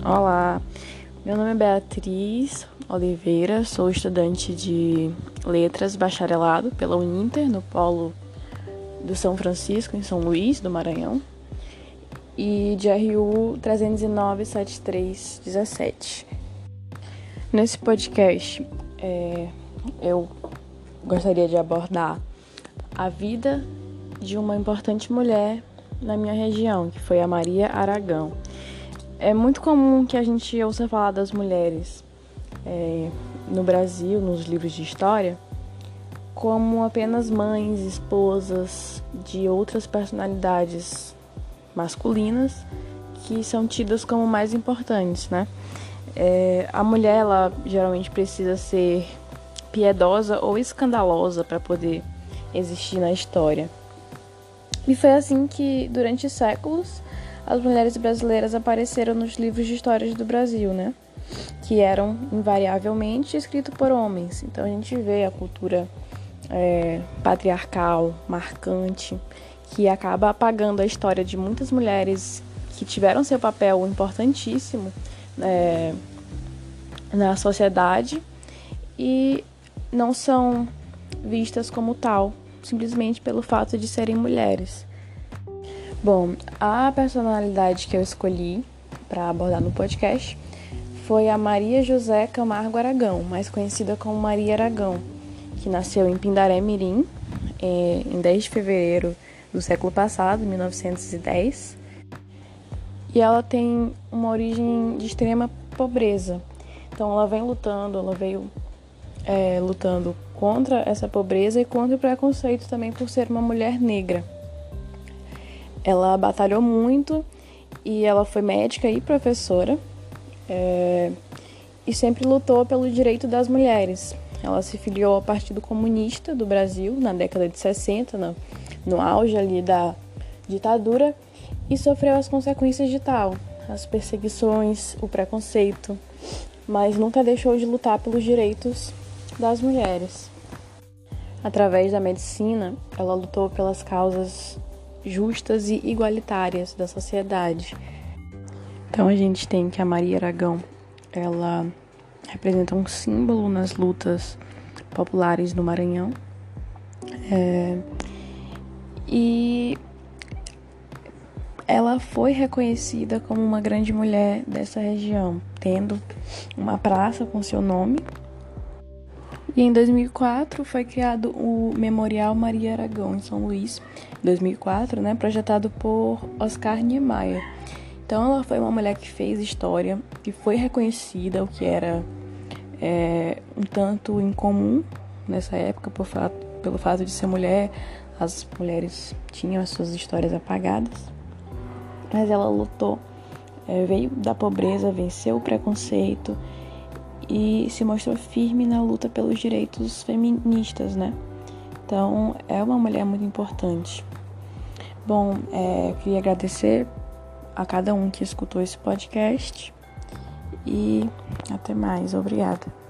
Olá, meu nome é Beatriz Oliveira, sou estudante de Letras Bacharelado pela Uninter, no Polo do São Francisco, em São Luís, do Maranhão, e de RU 309-7317. Nesse podcast, eu gostaria de abordar a vida de uma importante mulher na minha região, que foi a Maria Aragão. É muito comum que a gente ouça falar das mulheres no Brasil, nos livros de história, como apenas mães, esposas de outras personalidades masculinas que são tidas como mais importantes, né? A mulher, ela geralmente precisa ser piedosa ou escandalosa para poder existir na história. E foi assim que, durante séculos, as mulheres brasileiras apareceram nos livros de histórias do Brasil, né? Que eram invariavelmente escritos por homens. Então a gente vê a cultura patriarcal, marcante, que acaba apagando a história de muitas mulheres que tiveram seu papel importantíssimo na sociedade e não são vistas como tal, simplesmente pelo fato de serem mulheres. Bom, a personalidade que eu escolhi para abordar no podcast foi a Maria José Camargo Aragão, mais conhecida como Maria Aragão, que nasceu em Pindaré Mirim, em 10 de fevereiro do século passado, 1910. E ela tem uma origem de extrema pobreza. Então ela veio lutando contra essa pobreza e contra o preconceito também por ser uma mulher negra. Ela batalhou muito e ela foi médica e professora e sempre lutou pelo direito das mulheres. Ela se filiou ao Partido Comunista do Brasil na década de 60, no auge ali da ditadura, e sofreu as consequências de tal, as perseguições, o preconceito, mas nunca deixou de lutar pelos direitos das mulheres. Através da medicina, ela lutou pelas causas justas e igualitárias da sociedade. Então a gente tem que a Maria Aragão, ela representa um símbolo nas lutas populares no Maranhão. E ela foi reconhecida como uma grande mulher dessa região, tendo uma praça com seu nome. E em 2004 foi criado o Memorial Maria Aragão, em São Luís, 2004, projetado por Oscar Niemeyer. Então ela foi uma mulher que fez história, que foi reconhecida, o que era um tanto incomum nessa época, pelo fato de ser mulher. As mulheres tinham as suas histórias apagadas, mas ela lutou, veio da pobreza, venceu o preconceito e se mostrou firme na luta pelos direitos feministas, Então, é uma mulher muito importante. Bom, eu queria agradecer a cada um que escutou esse podcast e até mais. Obrigada.